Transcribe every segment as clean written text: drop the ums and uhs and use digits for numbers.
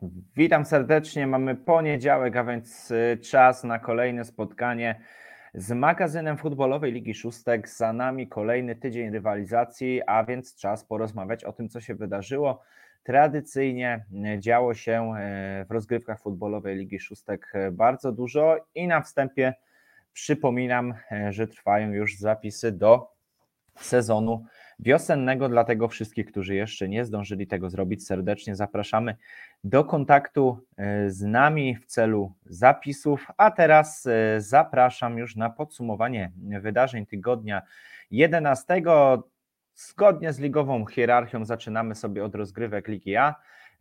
Witam serdecznie, mamy poniedziałek, a więc czas na kolejne spotkanie z magazynem futbolowej Ligi Szóstek. Za nami kolejny tydzień rywalizacji, a więc czas porozmawiać o tym, co się wydarzyło. Tradycyjnie działo się w rozgrywkach futbolowej Ligi Szóstek bardzo dużo i na wstępie przypominam, że trwają już zapisy do sezonu wiosennego, dlatego wszystkich, którzy jeszcze nie zdążyli tego zrobić, serdecznie zapraszamy do kontaktu z nami w celu zapisów, a teraz zapraszam już na podsumowanie wydarzeń tygodnia 11. Zgodnie z ligową hierarchią zaczynamy sobie od rozgrywek Ligi A.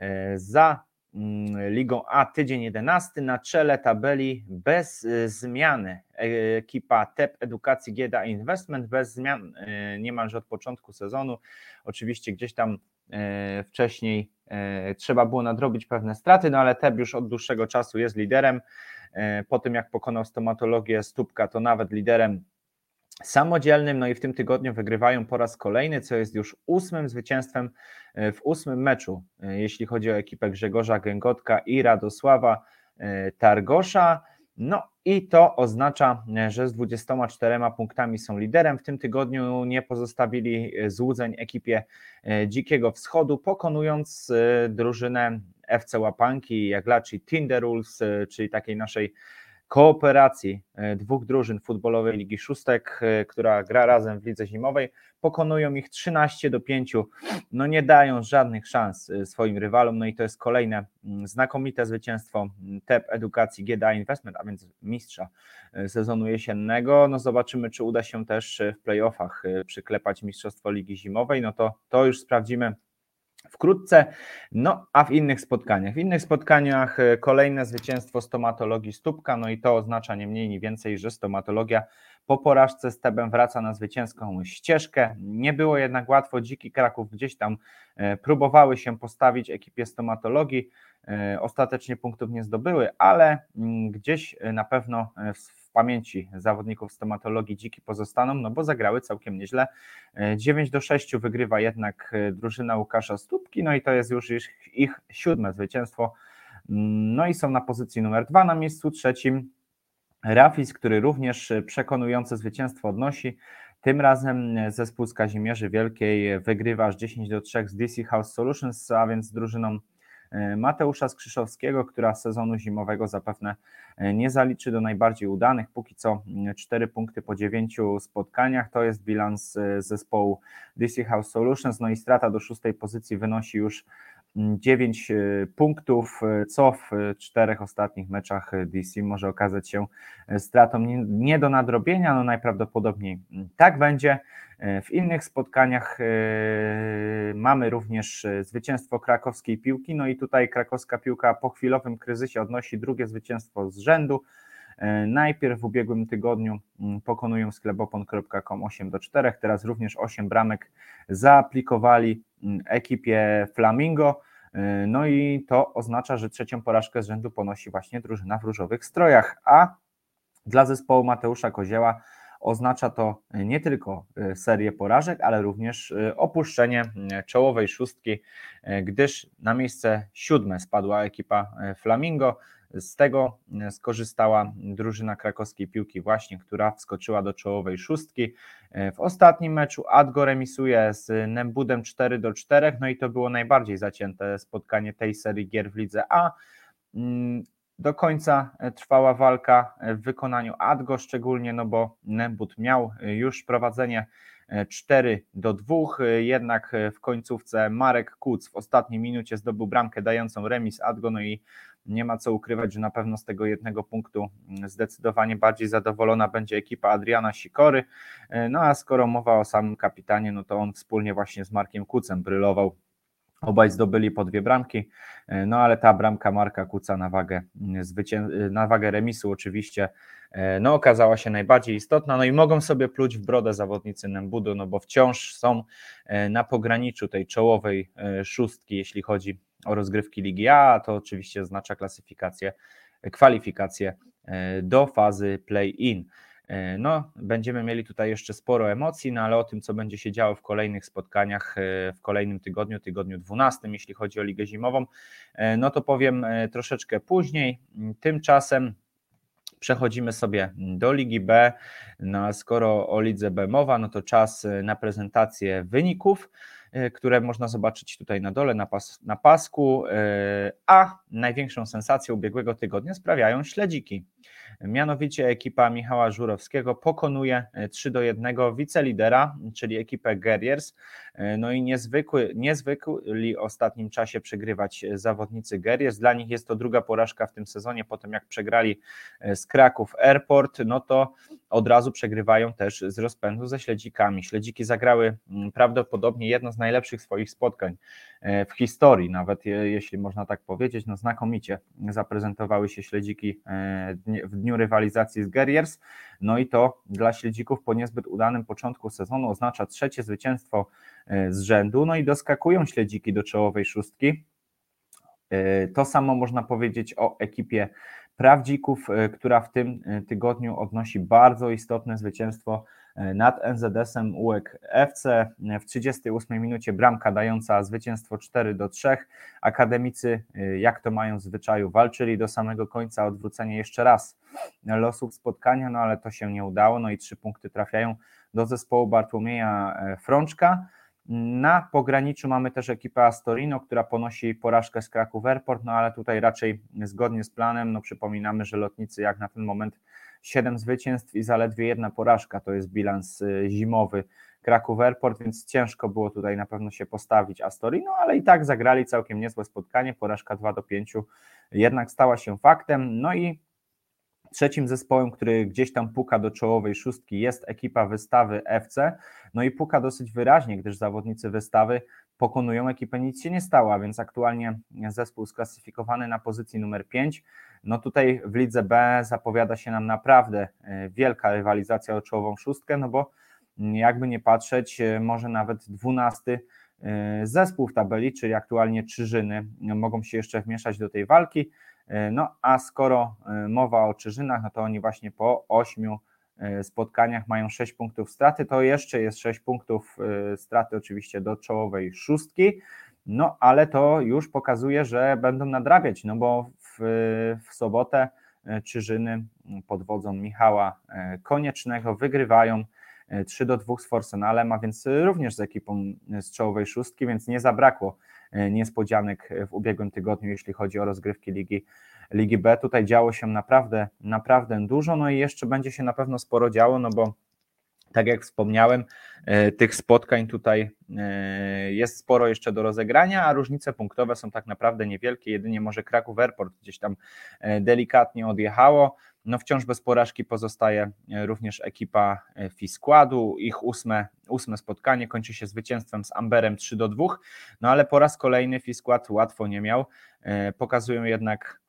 Za Ligą A tydzień 11, na czele tabeli bez zmiany ekipa TEP Edukacji GDA Investment, bez zmian niemalże od początku sezonu. Oczywiście gdzieś tam wcześniej trzeba było nadrobić pewne straty, no ale TEP już od dłuższego czasu jest liderem. Po tym jak pokonał stomatologię Stupka, to nawet liderem samodzielnym, no i w tym tygodniu wygrywają po raz kolejny, co jest już 8. zwycięstwem w 8. meczu, jeśli chodzi o ekipę Grzegorza Gęgotka i Radosława Targosza. No i to oznacza, że z 24 punktami są liderem. W tym tygodniu nie pozostawili złudzeń ekipie Dzikiego Wschodu, pokonując drużynę FC Łapanki, Jaglaczy Tinderulls, czyli takiej naszej kooperacji dwóch drużyn futbolowej Ligi Szóstek, która gra razem w lidze zimowej, pokonują ich 13-5, no nie dają żadnych szans swoim rywalom, no i to jest kolejne znakomite zwycięstwo TEP Edukacji GDA Investment, a więc mistrza sezonu jesiennego. No zobaczymy, czy uda się też w playoffach przyklepać mistrzostwo Ligi Zimowej, no to już sprawdzimy wkrótce. No a w innych spotkaniach kolejne zwycięstwo stomatologii Stupka, no i to oznacza nie mniej, nie więcej, że stomatologia po porażce z Tebem wraca na zwycięską ścieżkę. Nie było jednak łatwo, Dziki Kraków gdzieś tam próbowały się postawić ekipie stomatologii, ostatecznie punktów nie zdobyły, ale gdzieś na pewno w pamięci zawodników stomatologii Dziki pozostaną, no bo zagrały całkiem nieźle. 9-6 wygrywa jednak drużyna Łukasza Stupki, no i to jest już ich 7. zwycięstwo. No i są na pozycji numer 2, na miejscu 3 Rafis, który również przekonujące zwycięstwo odnosi. Tym razem zespół z Kazimierzy Wielkiej wygrywa aż 10-3 z DC House Solutions, a więc z drużyną Mateusza Skrzyszowskiego, która sezonu zimowego zapewne nie zaliczy do najbardziej udanych. Póki co 4 punkty po 9 spotkaniach, to jest bilans zespołu DC House Solutions, no i strata do 6. pozycji wynosi już 9 punktów, co w 4 ostatnich meczach DC może okazać się stratą nie do nadrobienia, no najprawdopodobniej tak będzie. W innych spotkaniach mamy również zwycięstwo krakowskiej piłki, no i tutaj krakowska piłka po chwilowym kryzysie odnosi 2. zwycięstwo z rzędu. Najpierw w ubiegłym tygodniu pokonują sklepopon.com 8-4, teraz również 8 bramek zaaplikowali ekipie Flamingo, no i to oznacza, że 3. porażkę z rzędu ponosi właśnie drużyna w różowych strojach, a dla zespołu Mateusza Kozieła oznacza to nie tylko serię porażek, ale również opuszczenie czołowej szóstki, gdyż na miejsce 7. spadła ekipa Flamingo. Z tego skorzystała drużyna krakowskiej piłki właśnie, która wskoczyła do czołowej szóstki. W ostatnim meczu Adgo remisuje z Nembudem 4-4, no i to było najbardziej zacięte spotkanie tej serii gier w Lidze A. Do końca trwała walka w wykonaniu Adgo, szczególnie no bo Nembud miał już prowadzenie 4-2, jednak w końcówce Marek Kuc w ostatniej minucie zdobył bramkę dającą remis Adgo, no i nie ma co ukrywać, że na pewno z tego 1 punktu zdecydowanie bardziej zadowolona będzie ekipa Adriana Sikory, no a skoro mowa o samym kapitanie, no to on wspólnie właśnie z Markiem Kucem brylował. Obaj zdobyli po 2 bramki, no ale ta bramka Marka Kuca na wagę remisu oczywiście no okazała się najbardziej istotna, no i mogą sobie pluć w brodę zawodnicy Nembudu, no bo wciąż są na pograniczu tej czołowej szóstki, jeśli chodzi o rozgrywki Ligi A, to oczywiście oznacza kwalifikację do fazy play-in. No, będziemy mieli tutaj jeszcze sporo emocji, no ale o tym, co będzie się działo w kolejnych spotkaniach w kolejnym tygodniu, tygodniu 12, jeśli chodzi o Ligę Zimową, no to powiem troszeczkę później. Tymczasem przechodzimy sobie do Ligi B. No a skoro o Lidze B mowa, no to czas na prezentację wyników, które można zobaczyć tutaj na dole na pasku, a największą sensację ubiegłego tygodnia sprawiają śledziki. Mianowicie ekipa Michała Żurowskiego pokonuje 3-1 wicelidera, czyli ekipę Guerriers. No i niezwykli w ostatnim czasie przegrywać zawodnicy Guerriers. Dla nich jest to druga porażka w tym sezonie, po tym jak przegrali z Kraków Airport, no to od razu przegrywają też z rozpędu ze Śledzikami. Śledziki zagrały prawdopodobnie jedno z najlepszych swoich spotkań w historii, nawet jeśli można tak powiedzieć, no znakomicie zaprezentowały się Śledziki w dniu rywalizacji z Guerriers, no i to dla Śledzików po niezbyt udanym początku sezonu oznacza trzecie zwycięstwo z rzędu, no i doskakują Śledziki do czołowej szóstki. To samo można powiedzieć o ekipie Prawdzików, która w tym tygodniu odnosi bardzo istotne zwycięstwo nad NZS-em UEK FC. W 38 minucie bramka dająca zwycięstwo 4-3. Akademicy, jak to mają w zwyczaju, walczyli do samego końca o odwrócenie jeszcze raz losów spotkania, no ale to się nie udało, no i 3 punkty trafiają do zespołu Bartłomieja Frączka. Na pograniczu mamy też ekipę Astorino, która ponosi porażkę z Kraków Airport, no ale tutaj raczej zgodnie z planem, no przypominamy, że lotnicy jak na ten moment 7 zwycięstw i zaledwie 1 porażka, to jest bilans zimowy Kraków Airport, więc ciężko było tutaj na pewno się postawić Astorino, ale i tak zagrali całkiem niezłe spotkanie, porażka 2-5 jednak stała się faktem, no i trzecim zespołem, który gdzieś tam puka do czołowej szóstki, jest ekipa Wystawy FC, no i puka dosyć wyraźnie, gdyż zawodnicy Wystawy pokonują ekipę, nic się nie stało, więc aktualnie zespół sklasyfikowany na pozycji numer 5, no tutaj w Lidze B zapowiada się nam naprawdę wielka rywalizacja o czołową szóstkę, no bo jakby nie patrzeć, może nawet 12 zespół w tabeli, czyli aktualnie Czyżyny mogą się jeszcze wmieszać do tej walki. No a skoro mowa o Czyżynach, no to oni właśnie po 8 spotkaniach mają 6 punktów straty, to jeszcze jest 6 punktów straty oczywiście do czołowej szóstki, no ale to już pokazuje, że będą nadrabiać, no bo w sobotę Czyżyny pod wodzą Michała Koniecznego wygrywają 3-2 z Forsenalem, a więc również z ekipą z czołowej szóstki, więc nie zabrakło niespodzianek w ubiegłym tygodniu, jeśli chodzi o rozgrywki Ligi B. Tutaj działo się naprawdę dużo, no i jeszcze będzie się na pewno sporo działo, no bo tak jak wspomniałem, tych spotkań tutaj jest sporo jeszcze do rozegrania, a różnice punktowe są tak naprawdę niewielkie, jedynie może Kraków Airport gdzieś tam delikatnie odjechało. No wciąż bez porażki pozostaje również ekipa Fiskładu, ich ósme spotkanie kończy się zwycięstwem z Amberem 3-2, no ale po raz kolejny Fiskład łatwo nie miał, pokazują jednak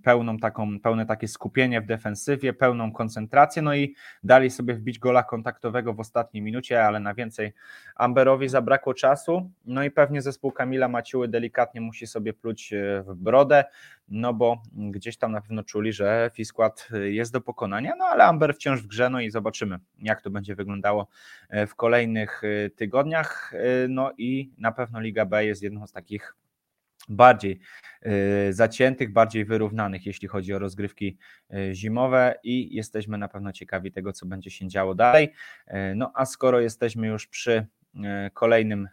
pełne takie skupienie w defensywie, pełną koncentrację, no i dali sobie wbić gola kontaktowego w ostatniej minucie, ale na więcej Amberowi zabrakło czasu, no i pewnie zespół Kamila Maciuły delikatnie musi sobie pluć w brodę, no bo gdzieś tam na pewno czuli, że Fiskład jest do pokonania, no ale Amber wciąż w grze, no i zobaczymy, jak to będzie wyglądało w kolejnych tygodniach, no i na pewno Liga B jest jedną z takich bardziej zaciętych, bardziej wyrównanych, jeśli chodzi o rozgrywki zimowe i jesteśmy na pewno ciekawi tego, co będzie się działo dalej. No a skoro jesteśmy już przy kolejnym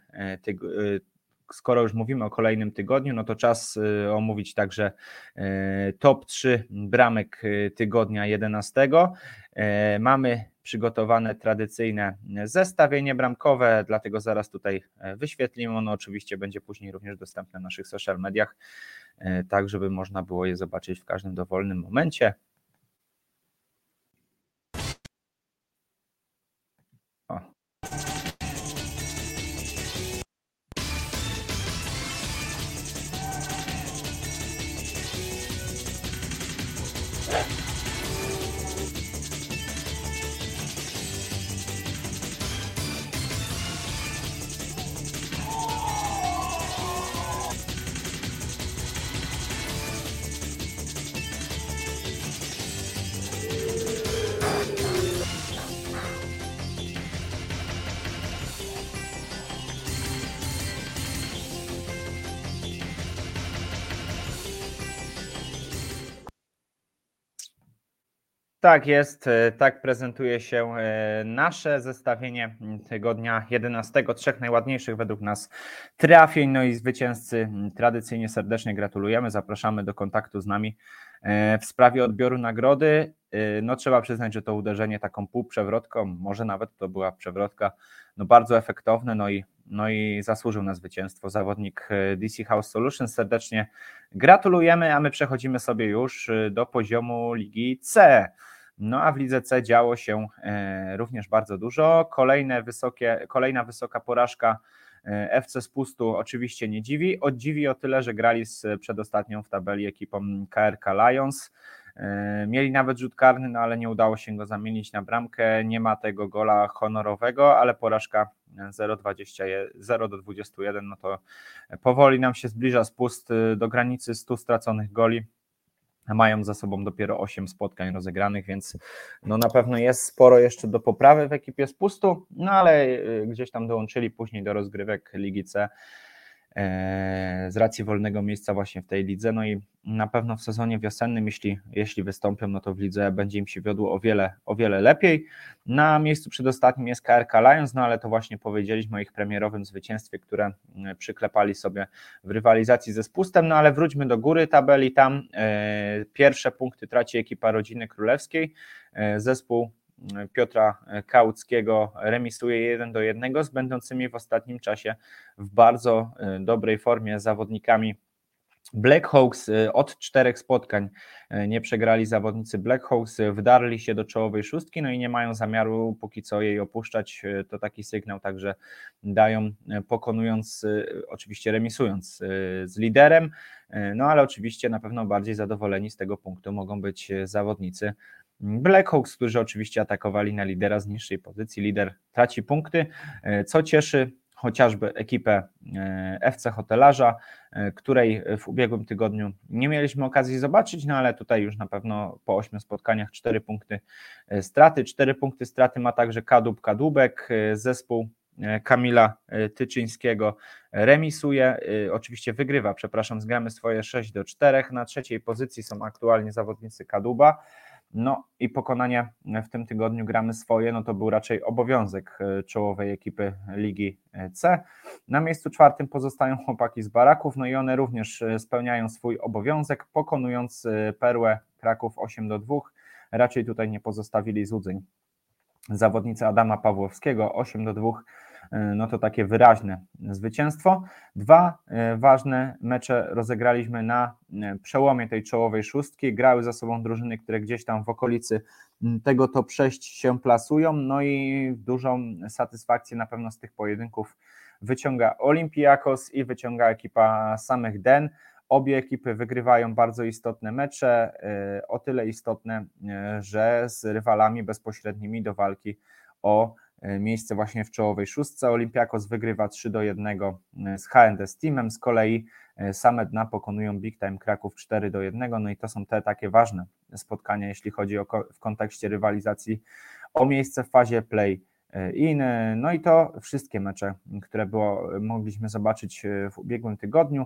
skoro już mówimy o kolejnym tygodniu, no to czas omówić także top 3 bramek tygodnia 11. Mamy przygotowane tradycyjne zestawienie bramkowe, dlatego zaraz tutaj wyświetlimy. Ono oczywiście będzie później również dostępne w naszych social mediach, tak żeby można było je zobaczyć w każdym dowolnym momencie. O. Tak jest, tak prezentuje się nasze zestawienie tygodnia 11. Trzech najładniejszych według nas trafień. No i zwycięzcy tradycyjnie serdecznie gratulujemy. Zapraszamy do kontaktu z nami w sprawie odbioru nagrody. No trzeba przyznać, że to uderzenie taką półprzewrotką, może nawet to była przewrotka, no bardzo efektowne, no i zasłużył na zwycięstwo zawodnik DC House Solutions. Serdecznie gratulujemy, a my przechodzimy sobie już do poziomu Ligi C. No a w Lidze C działo się również bardzo dużo. Kolejna wysoka porażka FC Spustu oczywiście nie dziwi. Oddziwi o tyle, że grali z przedostatnią w tabeli ekipą KRK Lions. Mieli nawet rzut karny, no ale nie udało się go zamienić na bramkę. Nie ma tego gola honorowego, ale porażka 0-21, no to powoli nam się zbliża Spust do granicy 100 straconych goli. Mają za sobą dopiero 8 spotkań rozegranych, więc no na pewno jest sporo jeszcze do poprawy w ekipie Spustu, no ale gdzieś tam dołączyli później do rozgrywek Ligi C z racji wolnego miejsca właśnie w tej lidze, no i na pewno w sezonie wiosennym, jeśli wystąpią, no to w lidze będzie im się wiodło o wiele lepiej. Na miejscu przedostatnim jest KRK Lions, no ale to właśnie powiedzieliśmy o ich premierowym zwycięstwie, które przyklepali sobie w rywalizacji ze Spustem, no ale wróćmy do góry tabeli, tam pierwsze punkty traci ekipa Rodziny Królewskiej, zespół Piotra Kałuckiego remisuje 1-1 z będącymi w ostatnim czasie w bardzo dobrej formie zawodnikami Black Hawks. Od 4 spotkań nie przegrali zawodnicy Black Hawks, wdarli się do czołowej szóstki, no i nie mają zamiaru póki co jej opuszczać. To taki sygnał także dają, pokonując, oczywiście remisując z liderem, no ale oczywiście na pewno bardziej zadowoleni z tego punktu mogą być zawodnicy Black Hawks, którzy oczywiście atakowali na lidera z niższej pozycji. Lider traci punkty, co cieszy chociażby ekipę FC Hotelarza, której w ubiegłym tygodniu nie mieliśmy okazji zobaczyć, no ale tutaj już na pewno po 8 spotkaniach 4 punkty straty. 4 punkty straty ma także Kadłub-Kadłubek, zespół Kamila Tyczyńskiego remisuje, oczywiście wygrywa, zgramy swoje 6-4. Na trzeciej pozycji są aktualnie zawodnicy Kadłuba. No i pokonanie w tym tygodniu gramy swoje, no to był raczej obowiązek czołowej ekipy Ligi C. Na miejscu 4 pozostają chłopaki z Baraków, no i one również spełniają swój obowiązek, pokonując Perłę Kraków 8-2. Raczej tutaj nie pozostawili złudzeń zawodnicy Adama Pawłowskiego, 8-2. No to takie wyraźne zwycięstwo. 2 ważne mecze rozegraliśmy na przełomie tej czołowej szóstki. Grały za sobą drużyny, które gdzieś tam w okolicy tego top 6 się plasują, no i dużą satysfakcję na pewno z tych pojedynków wyciąga Olympiakos i wyciąga ekipa samych Den. Obie ekipy wygrywają bardzo istotne mecze, o tyle istotne, że z rywalami bezpośrednimi do walki o miejsce właśnie w czołowej szóstce. Olympiakos wygrywa 3-1 z HND Steamem, z kolei same dna pokonują Big Time Kraków 4-1, no i to są te takie ważne spotkania, jeśli chodzi w kontekście rywalizacji o miejsce w fazie play-in. No i to wszystkie mecze, które mogliśmy zobaczyć w ubiegłym tygodniu.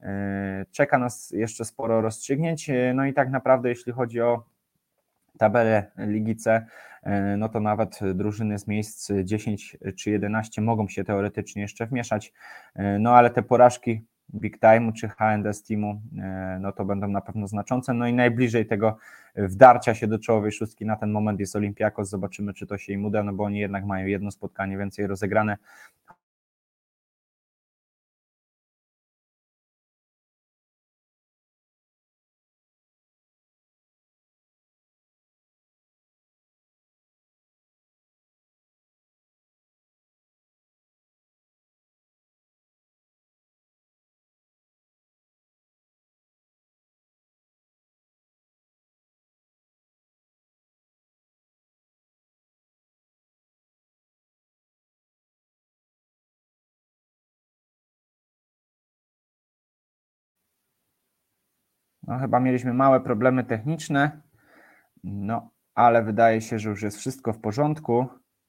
Czeka nas jeszcze sporo rozstrzygnięć, no i tak naprawdę jeśli chodzi o tabelę Ligi C, no to nawet drużyny z miejsc 10 czy 11 mogą się teoretycznie jeszcze wmieszać, no ale te porażki Big Time'u czy HND Steamu, no to będą na pewno znaczące, no i najbliżej tego wdarcia się do czołowej szóstki na ten moment jest Olympiakos, zobaczymy czy to się im uda, no bo oni jednak mają jedno spotkanie więcej rozegrane. No chyba mieliśmy małe problemy techniczne, no ale wydaje się, że już jest wszystko w porządku.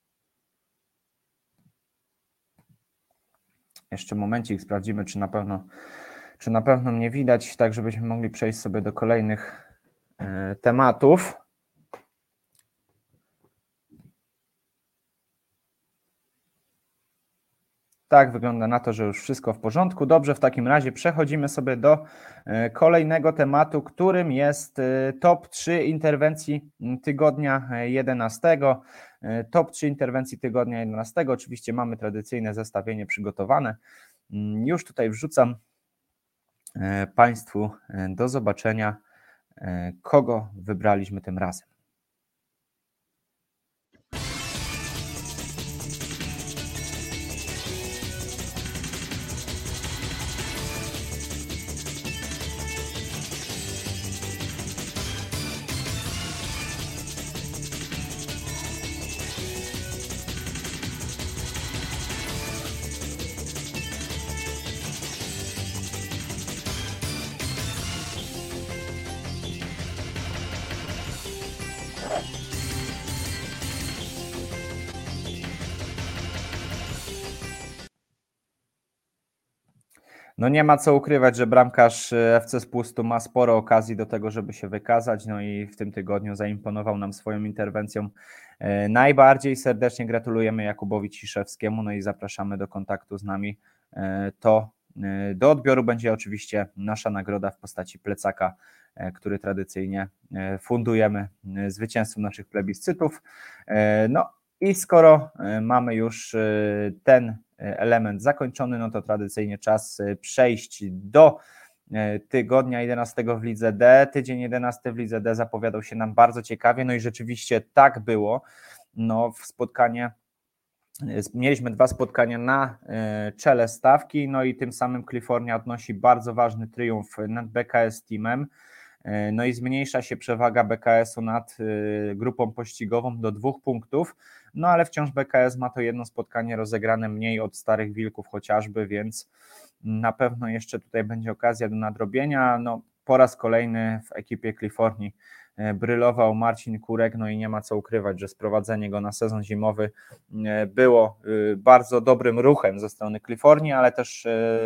Jeszcze momencik, sprawdzimy, czy na pewno mnie widać, tak żebyśmy mogli przejść sobie do kolejnych tematów. Tak, wygląda na to, że już wszystko w porządku. Dobrze, w takim razie przechodzimy sobie do kolejnego tematu, którym jest top 3 interwencji tygodnia 11. Top 3 interwencji tygodnia 11. Oczywiście mamy tradycyjne zestawienie przygotowane. Już tutaj wrzucam Państwu do zobaczenia, kogo wybraliśmy tym razem. No nie ma co ukrywać, że bramkarz FC Spustu ma sporo okazji do tego, żeby się wykazać, no i w tym tygodniu zaimponował nam swoją interwencją. Najbardziej serdecznie gratulujemy Jakubowi Ciszewskiemu, no i zapraszamy do kontaktu z nami. To do odbioru będzie oczywiście nasza nagroda w postaci plecaka, który tradycyjnie fundujemy zwycięzcom naszych plebiscytów. No i skoro mamy już ten element zakończony, no to tradycyjnie czas przejść do tygodnia 11 w Lidze D. Tydzień 11 w Lidze D zapowiadał się nam bardzo ciekawie, no i rzeczywiście tak było. No w spotkanie mieliśmy 2 spotkania na czele stawki, no i tym samym Kalifornia odnosi bardzo ważny triumf nad BKS Teamem. No i zmniejsza się przewaga BKS-u nad grupą pościgową do 2 punktów, no ale wciąż BKS ma to jedno spotkanie rozegrane mniej od Starych Wilków chociażby, więc na pewno jeszcze tutaj będzie okazja do nadrobienia. No, po raz kolejny w ekipie Kalifornii brylował Marcin Kurek, no i nie ma co ukrywać, że sprowadzenie go na sezon zimowy było bardzo dobrym ruchem ze strony Kalifornii, ale też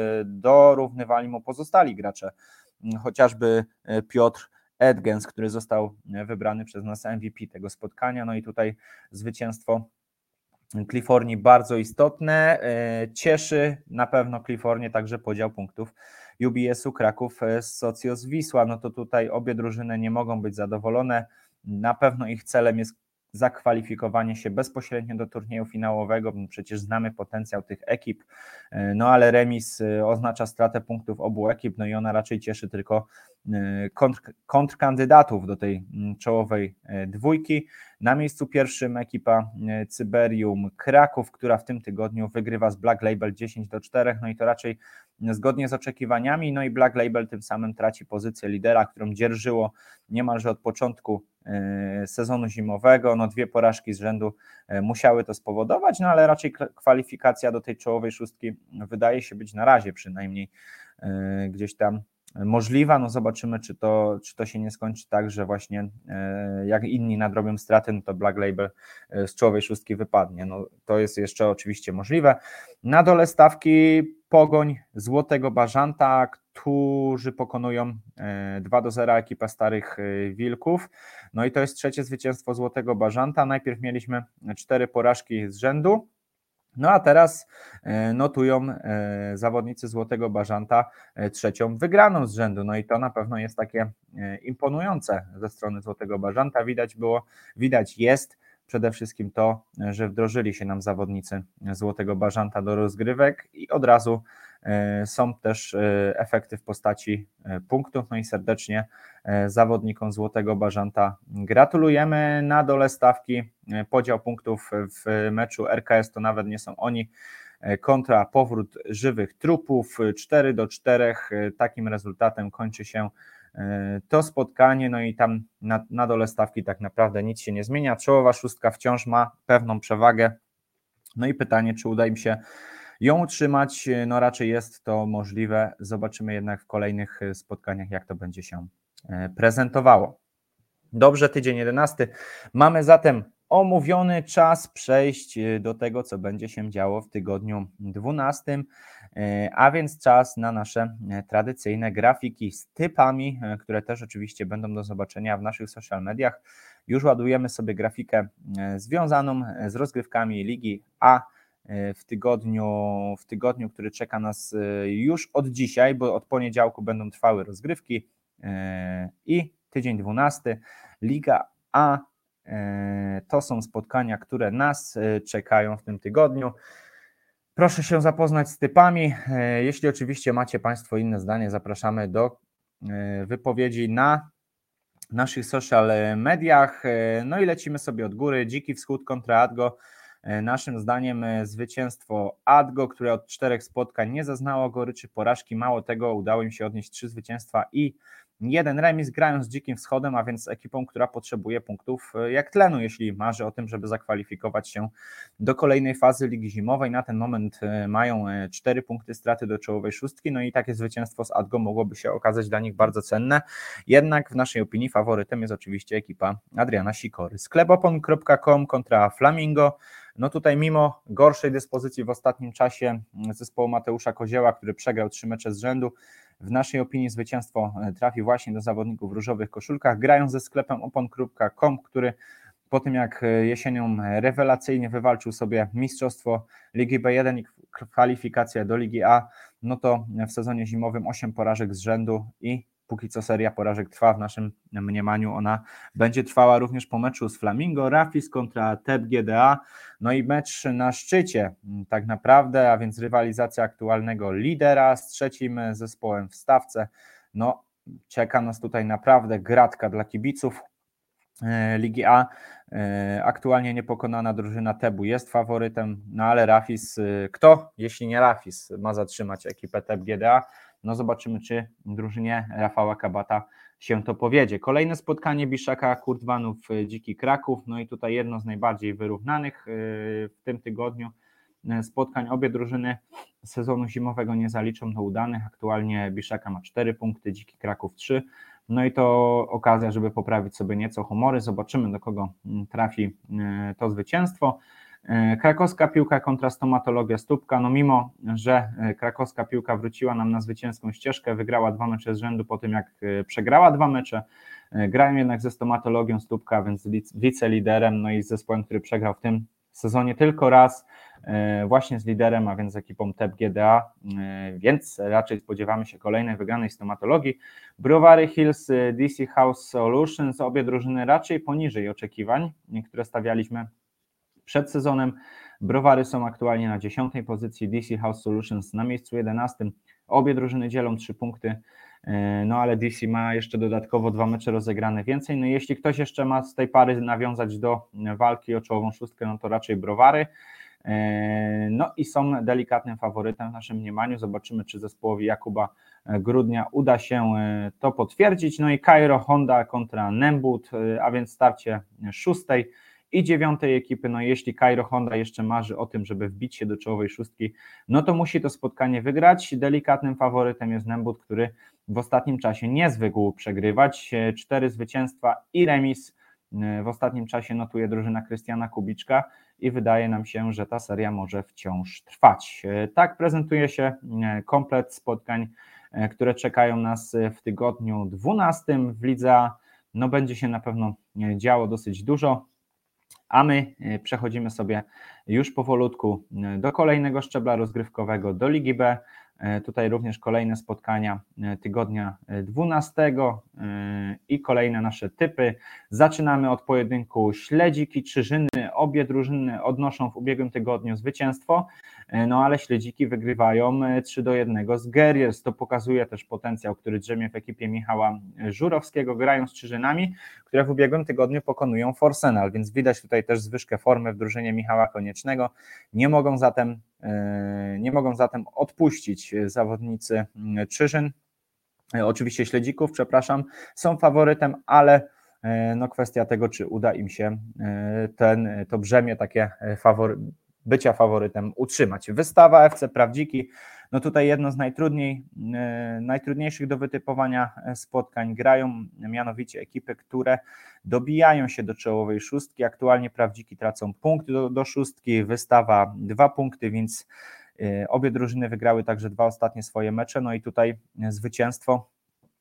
dorównywali mu pozostali gracze, chociażby Piotr Edgens, który został wybrany przez nas MVP tego spotkania, no i tutaj zwycięstwo Kalifornii bardzo istotne. Cieszy na pewno Kalifornię także podział punktów UBS-u Kraków z Socios Wisła, no to tutaj obie drużyny nie mogą być zadowolone, na pewno ich celem jest zakwalifikowanie się bezpośrednio do turnieju finałowego, przecież znamy potencjał tych ekip, no ale remis oznacza stratę punktów obu ekip, no i ona raczej cieszy tylko kontrkandydatów do tej czołowej dwójki. Na miejscu pierwszym ekipa Cyberium Kraków, która w tym tygodniu wygrywa z Black Label 10-4, no i to raczej zgodnie z oczekiwaniami, no i Black Label tym samym traci pozycję lidera, którą dzierżyło niemalże od początku sezonu zimowego, no 2 porażki z rzędu musiały to spowodować, no ale raczej kwalifikacja do tej czołowej szóstki wydaje się być na razie przynajmniej gdzieś tam możliwa, no zobaczymy, czy to się nie skończy tak, że właśnie jak inni nadrobią straty, no to Black Label z czołowej szóstki wypadnie, no to jest jeszcze oczywiście możliwe. Na dole stawki Pogoń Złotego Bażanta, którzy pokonują 2-0 ekipę Starych Wilków, no i to jest trzecie zwycięstwo Złotego Bażanta, najpierw mieliśmy 4 porażki z rzędu, no a teraz notują zawodnicy Złotego Bażanta trzecią wygraną z rzędu, no i to na pewno jest takie imponujące ze strony Złotego Bażanta. Widać jest przede wszystkim to, że wdrożyli się nam zawodnicy Złotego Bażanta do rozgrywek i od razu są też efekty w postaci punktów, no i serdecznie zawodnikom Złotego Bażanta gratulujemy. Na dole stawki podział punktów w meczu RKS to nawet nie są oni kontra Powrót Żywych Trupów 4-4, takim rezultatem kończy się to spotkanie, no i tam na dole stawki tak naprawdę nic się nie zmienia, czołowa szóstka wciąż ma pewną przewagę, no i pytanie, czy uda im się ją utrzymać, no raczej jest to możliwe, zobaczymy jednak w kolejnych spotkaniach, jak to będzie się prezentowało. Dobrze, tydzień 11 mamy zatem omówiony, czas przejść do tego, co będzie się działo w tygodniu 12, a więc czas na nasze tradycyjne grafiki z typami, które też oczywiście będą do zobaczenia w naszych social mediach. Już ładujemy sobie grafikę związaną z rozgrywkami Ligi A w tygodniu, który czeka nas już od dzisiaj, bo od poniedziałku będą trwały rozgrywki i tydzień 12, Liga A. To są spotkania, które nas czekają w tym tygodniu. Proszę się zapoznać z typami. Jeśli oczywiście macie Państwo inne zdanie, zapraszamy do wypowiedzi na naszych social mediach. No i lecimy sobie od góry. Dziki Wschód kontra Adgo. Naszym zdaniem zwycięstwo Adgo, które od 4 spotkań nie zaznało goryczy porażki. Mało tego, udało im się odnieść 3 zwycięstwa i 1 remis, grając z Dzikim Wschodem, a więc ekipą, która potrzebuje punktów jak tlenu, jeśli marzy o tym, żeby zakwalifikować się do kolejnej fazy Ligi Zimowej. Na ten moment mają 4 punkty straty do czołowej szóstki, no i takie zwycięstwo z Adgo mogłoby się okazać dla nich bardzo cenne. Jednak w naszej opinii faworytem jest oczywiście ekipa Adriana Sikory. Sklepopon.com kontra Flamingo. No tutaj mimo gorszej dyspozycji w ostatnim czasie zespołu Mateusza Kozieła, który przegrał 3 mecze z rzędu, w naszej opinii zwycięstwo trafi właśnie do zawodników w różowych koszulkach. Grają ze sklepem opon.com, który po tym jak jesienią rewelacyjnie wywalczył sobie mistrzostwo Ligi B1 i kwalifikację do Ligi A, no to w sezonie zimowym 8 porażek z rzędu i póki co seria porażek trwa. W naszym mniemaniu ona będzie trwała również po meczu z Flamingo. Rafis kontra TEP GDA, no i mecz na szczycie tak naprawdę, a więc rywalizacja aktualnego lidera z trzecim zespołem w stawce. No czeka nas tutaj naprawdę gratka dla kibiców Ligi A. Aktualnie niepokonana drużyna Tebu jest faworytem, no ale Rafis, kto, jeśli nie Rafis, ma zatrzymać ekipę Teb GDA? No zobaczymy, czy drużynie Rafała Kabata się to powiedzie. Kolejne spotkanie Biszaka Kurtwanów Dziki Kraków, no i tutaj jedno z najbardziej wyrównanych w tym tygodniu spotkań. Obie drużyny sezonu zimowego nie zaliczą do udanych. Aktualnie Biszaka ma 4 punkty, Dziki Kraków 3. No i to okazja, żeby poprawić sobie nieco humory. Zobaczymy, do kogo trafi to zwycięstwo. Krakowska Piłka kontra Stomatologia Stupka. No mimo, że krakowska Piłka wróciła nam na zwycięską ścieżkę, wygrała 2 mecze z rzędu po tym, jak przegrała 2 mecze, grają jednak ze Stomatologią Stupka, więc wiceliderem, no i z zespołem, który przegrał w tym sezonie tylko raz, właśnie z liderem, a więc z ekipą TEP GDA, więc raczej spodziewamy się kolejnej wygranej Stomatologii. Browary Hills, DC House Solutions, obie drużyny raczej poniżej oczekiwań, które stawialiśmy przed sezonem. Browary są aktualnie na 10. pozycji, DC House Solutions na miejscu 11. Obie drużyny dzielą 3 punkty, no ale DC ma jeszcze dodatkowo 2 mecze rozegrane więcej. No jeśli ktoś jeszcze ma z tej pary nawiązać do walki o czołową szóstkę, no to raczej Browary. No i są delikatnym faworytem w naszym mniemaniu. Zobaczymy, czy zespołowi Jakuba Grudnia uda się to potwierdzić. No i Cairo Honda kontra Nembut, a więc starcie 6. i 9. ekipy. No jeśli Cairo Honda jeszcze marzy o tym, żeby wbić się do czołowej szóstki, no to musi to spotkanie wygrać. Delikatnym faworytem jest Nembut, który w ostatnim czasie nie zwykł przegrywać. 4 zwycięstwa i remis w ostatnim czasie notuje drużyna Krystiana Kubiczka i wydaje nam się, że ta seria może wciąż trwać. Tak prezentuje się komplet spotkań, które czekają nas w tygodniu 12 w lidze A. No będzie się na pewno działo dosyć dużo, a my przechodzimy sobie już powolutku do kolejnego szczebla rozgrywkowego, do Ligi B. Tutaj również kolejne spotkania tygodnia 12 i kolejne nasze typy. Zaczynamy od pojedynku Śledziki Czyżyny. Obie drużyny odnoszą w ubiegłym tygodniu zwycięstwo, no ale Śledziki wygrywają 3-1 z Guerriers. To pokazuje też potencjał, który drzemie w ekipie Michała Żurowskiego. Grają z Czyżynami, które w ubiegłym tygodniu pokonują Forsenal, więc widać tutaj też zwyżkę formy w drużynie Michała Koniecznego. Nie mogą zatem odpuścić zawodnicy Czyżyn, oczywiście Śledzików, przepraszam, są faworytem, ale no kwestia tego, czy uda im się to brzemię takie bycia faworytem utrzymać. Wystawa FC Prawdziki, no tutaj jedno z najtrudniejszych do wytypowania spotkań. Grają mianowicie ekipy, które dobijają się do czołowej szóstki. Aktualnie Prawdziki tracą punkt do szóstki, Wystawa 2 punkty, więc obie drużyny wygrały także 2 ostatnie swoje mecze. No i tutaj zwycięstwo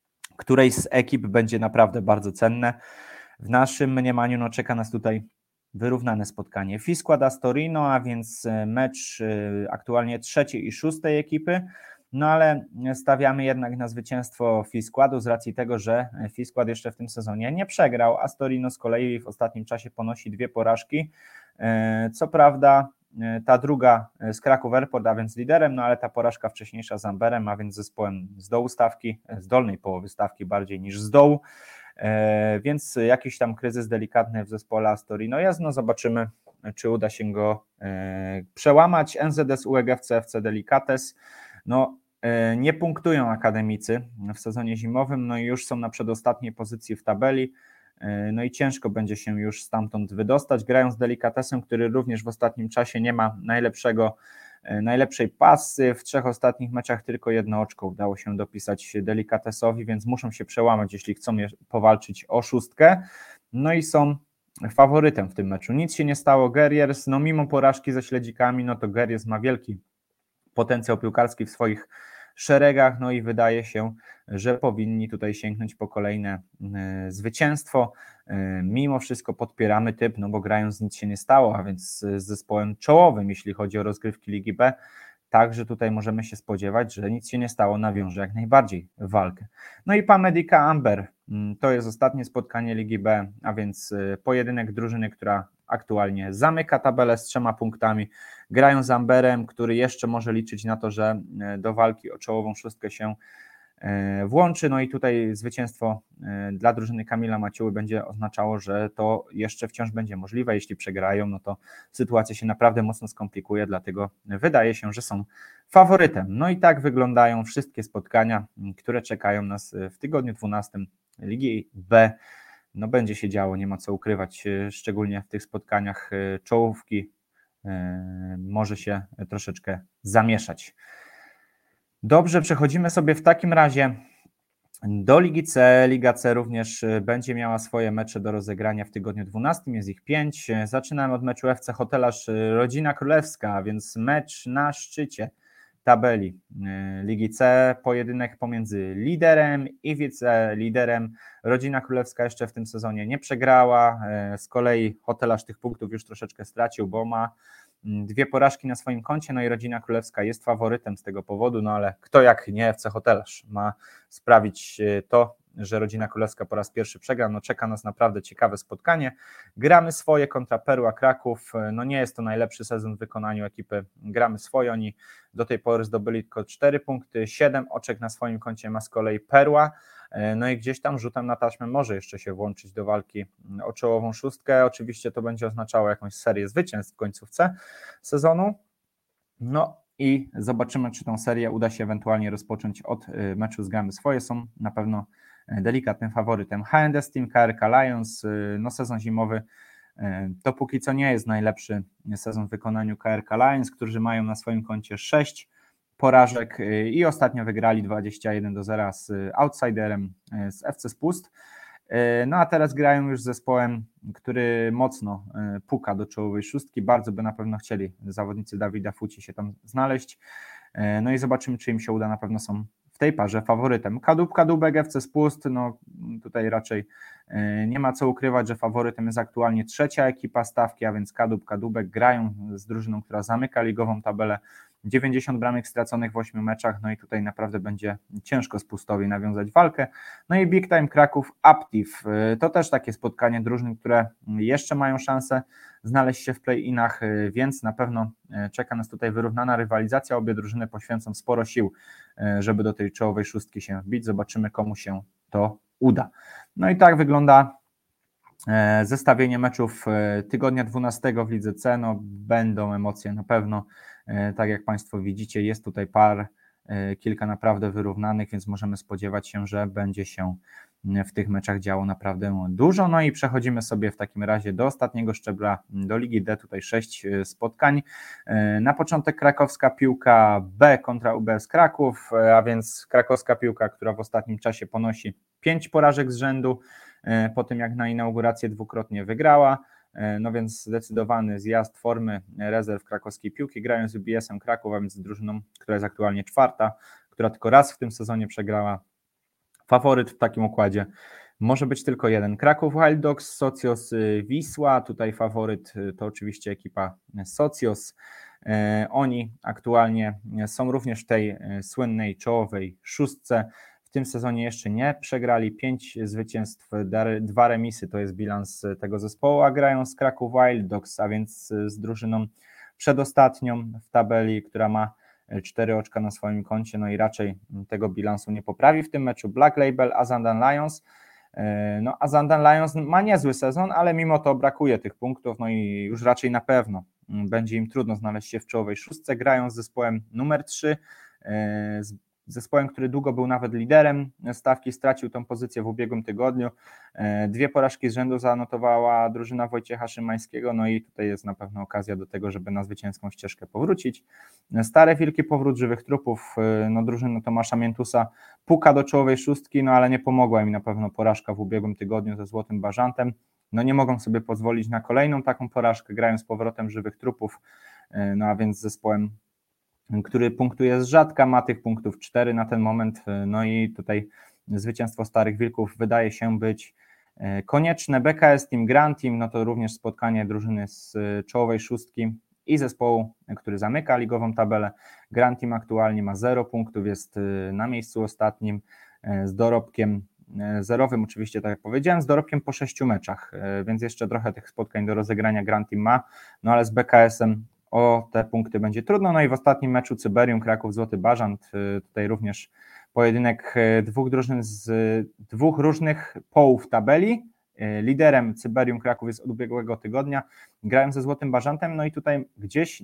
którejś z ekip będzie naprawdę bardzo cenne. W naszym mniemaniu no, czeka nas tutaj wyrównane spotkanie. Fisquad z Torino, a więc mecz aktualnie 3. i 6. ekipy, no ale stawiamy jednak na zwycięstwo Fisquadu z racji tego, że Fisquad jeszcze w tym sezonie nie przegrał, a Torino z kolei w ostatnim czasie ponosi 2 porażki. Co prawda ta druga z Kraków Airport, a więc liderem, no ale ta porażka wcześniejsza z Amberem, a więc zespołem z dołu stawki, z dolnej połowy stawki bardziej niż z dołu, więc jakiś tam kryzys delikatny w zespole Astorino jest, no zobaczymy, czy uda się go przełamać. NZS UEG FC Delicates, no nie punktują akademicy w sezonie zimowym, no i już są na przedostatniej pozycji w tabeli, no i ciężko będzie się już stamtąd wydostać. Grają z Delicatesem, który również w ostatnim czasie nie ma najlepszej pasy. W 3 ostatnich meczach tylko 1 oczko udało się dopisać Delicatesowi, więc muszą się przełamać, jeśli chcą powalczyć o 6. No i są faworytem w tym meczu. Nic się nie stało. Guerriers, no mimo porażki ze Śledzikami, no to Guerriers ma wielki potencjał piłkarski w swoich szeregach, no i wydaje się, że powinni tutaj sięgnąć po kolejne zwycięstwo. Mimo wszystko podpieramy typ, no bo grając nic się nie stało, a więc z zespołem czołowym, jeśli chodzi o rozgrywki Ligi B, także tutaj możemy się spodziewać, że nic się nie stało, nawiąże jak najbardziej walkę. No i Pamedica Amber, to jest ostatnie spotkanie Ligi B, a więc pojedynek drużyny, która aktualnie zamyka tabelę z 3 punktami, grają z Amberem, który jeszcze może liczyć na to, że do walki o czołową 6 się włączy, no i tutaj zwycięstwo dla drużyny Kamila Maciuły będzie oznaczało, że to jeszcze wciąż będzie możliwe. Jeśli przegrają, no to sytuacja się naprawdę mocno skomplikuje, dlatego wydaje się, że są faworytem. No i tak wyglądają wszystkie spotkania, które czekają nas w tygodniu 12 Ligi B. No będzie się działo, nie ma co ukrywać, szczególnie w tych spotkaniach czołówki może się troszeczkę zamieszać. Dobrze, przechodzimy sobie w takim razie do Ligi C. Liga C również będzie miała swoje mecze do rozegrania w tygodniu 12, jest ich 5. Zaczynamy od meczu FC Hotelarz Rodzina Królewska, a więc mecz na szczycie tabeli Ligi C, pojedynek pomiędzy liderem i wiceliderem. Rodzina Królewska jeszcze w tym sezonie nie przegrała, z kolei Hotelarz tych punktów już troszeczkę stracił, bo ma 2 porażki na swoim koncie, no i Rodzina Królewska jest faworytem z tego powodu, no ale kto jak nie FC Hotelarz ma sprawić to, że Rodzina Królewska po raz pierwszy przegra, no czeka nas naprawdę ciekawe spotkanie. Gramy swoje kontra Perła Kraków, no nie jest to najlepszy sezon w wykonaniu ekipy, gramy swoje, oni do tej pory zdobyli tylko 4 punkty, 7 oczek na swoim koncie ma z kolei Perła, no i gdzieś tam rzutem na taśmę może jeszcze się włączyć do walki o czołową 6, oczywiście to będzie oznaczało jakąś serię zwycięstw w końcówce sezonu, no i zobaczymy, czy tą serię uda się ewentualnie rozpocząć od meczu z Gramy Swoje, są na pewno delikatnym faworytem. HND Team KRK Lions, no sezon zimowy to póki co nie jest najlepszy sezon w wykonaniu KRK Lions, którzy mają na swoim koncie 6 porażek i ostatnio wygrali 21-0 z outsiderem z FC Spust. No a teraz grają już z zespołem, który mocno puka do czołowej 6. Bardzo by na pewno chcieli zawodnicy Dawida Fuci się tam znaleźć. No i zobaczymy, czy im się uda, na pewno są w tej parze faworytem. Kadłub FC Spust, no tutaj raczej nie ma co ukrywać, że faworytem jest aktualnie 3. ekipa stawki, a więc Kadłubek grają z drużyną, która zamyka ligową tabelę, 90 bramek straconych w 8 meczach, no i tutaj naprawdę będzie ciężko Spustowi nawiązać walkę. No i Big Time Kraków Aptiv, to też takie spotkanie drużyn, które jeszcze mają szansę znaleźć się w play-inach, więc na pewno czeka nas tutaj wyrównana rywalizacja, obie drużyny poświęcą sporo sił, żeby do tej czołowej 6 się wbić, zobaczymy, komu się to uda. No i tak wygląda zestawienie meczów tygodnia 12 w Lidze C, no będą emocje na pewno, tak jak Państwo widzicie, jest tutaj kilka naprawdę wyrównanych, więc możemy spodziewać się, że będzie się w tych meczach działo naprawdę dużo. No i przechodzimy sobie w takim razie do ostatniego szczebla, do Ligi D, tutaj 6 spotkań. Na początek krakowska piłka B kontra UBS Kraków, a więc krakowska piłka, która w ostatnim czasie ponosi 5 porażek z rzędu, po tym jak na inaugurację dwukrotnie wygrała, no więc zdecydowany zjazd formy rezerw krakowskiej piłki, grają z UBS-em Kraków, a więc z drużyną, która jest aktualnie 4., która tylko raz w tym sezonie przegrała. Faworyt w takim układzie Może być tylko jeden. Kraków Wild Dogs, Socios Wisła, tutaj faworyt to oczywiście ekipa Socios. Oni aktualnie są również w tej słynnej czołowej szóstce. W tym sezonie jeszcze nie przegrali, 5 zwycięstw, 2 remisy to jest bilans tego zespołu, a grają z Kraków Wild Dogs, a więc z drużyną przedostatnią w tabeli, która ma 4 oczka na swoim koncie, no i raczej tego bilansu nie poprawi w tym meczu. Black Label, Azandan Lions. No, Azandan Lions ma niezły sezon, ale mimo to brakuje tych punktów, no i już raczej na pewno będzie im trudno znaleźć się w czołowej szóstce. Grają z zespołem numer 3, z zespołem, który długo był nawet liderem stawki, stracił tą pozycję w ubiegłym tygodniu. 2 porażki z rzędu zanotowała drużyna Wojciecha Szymańskiego, no i tutaj jest na pewno okazja do tego, żeby na zwycięską ścieżkę powrócić. Stare Wilki, powrót żywych trupów, no drużyna Tomasza Miętusa puka do czołowej szóstki, no ale nie pomogła im na pewno porażka w ubiegłym tygodniu ze Złotym Bażantem. No nie mogą sobie pozwolić na kolejną taką porażkę, grają z powrotem żywych trupów, no a więc z zespołem, który punktuje z rzadka, ma tych punktów 4 na ten moment, no i tutaj zwycięstwo Starych Wilków wydaje się być konieczne. BKS Team, Grand Team, no to również spotkanie drużyny z czołowej szóstki i zespołu, który zamyka ligową tabelę. Grand Team aktualnie ma 0 punktów, jest na miejscu ostatnim z dorobkiem zerowym, oczywiście tak jak powiedziałem, z dorobkiem po 6 meczach, więc jeszcze trochę tych spotkań do rozegrania Grand Team ma, no ale z BKS-em o te punkty będzie trudno. No i w ostatnim meczu Cyberium Kraków Złoty Bażant, tutaj również pojedynek 2 drużyn z 2 różnych połów tabeli. Liderem Cyberium Kraków jest od ubiegłego tygodnia, grają ze Złotym Bażantem, no i tutaj gdzieś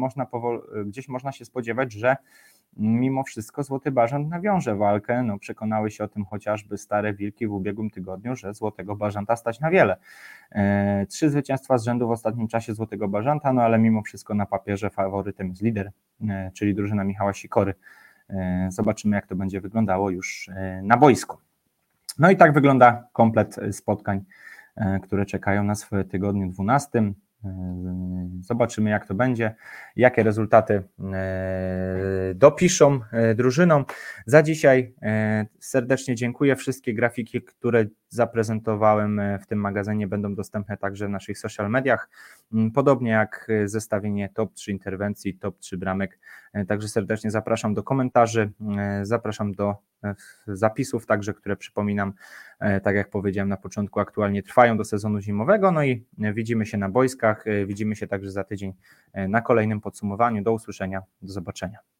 można się spodziewać, że mimo wszystko Złoty Bażant nawiąże walkę, no przekonały się o tym chociażby Stare Wilki w ubiegłym tygodniu, że Złotego Bażanta stać na wiele. 3 zwycięstwa z rzędu w ostatnim czasie Złotego Bażanta, no ale mimo wszystko na papierze faworytem jest lider, czyli drużyna Michała Sikory. Zobaczymy, jak to będzie wyglądało już na boisku. No i tak wygląda komplet spotkań, które czekają nas w tygodniu 12. Zobaczymy, jak to będzie, jakie rezultaty dopiszą drużynom. Za dzisiaj serdecznie dziękuję. Wszystkie grafiki, które zaprezentowałem w tym magazynie, będą dostępne także w naszych social mediach, podobnie jak zestawienie top 3 interwencji, top 3 bramek. Także serdecznie zapraszam do komentarzy, zapraszam do zapisów także, które przypominam, tak jak powiedziałem na początku, aktualnie trwają do sezonu zimowego, no i widzimy się na boiskach, widzimy się także za tydzień na kolejnym podsumowaniu. Do usłyszenia, do zobaczenia.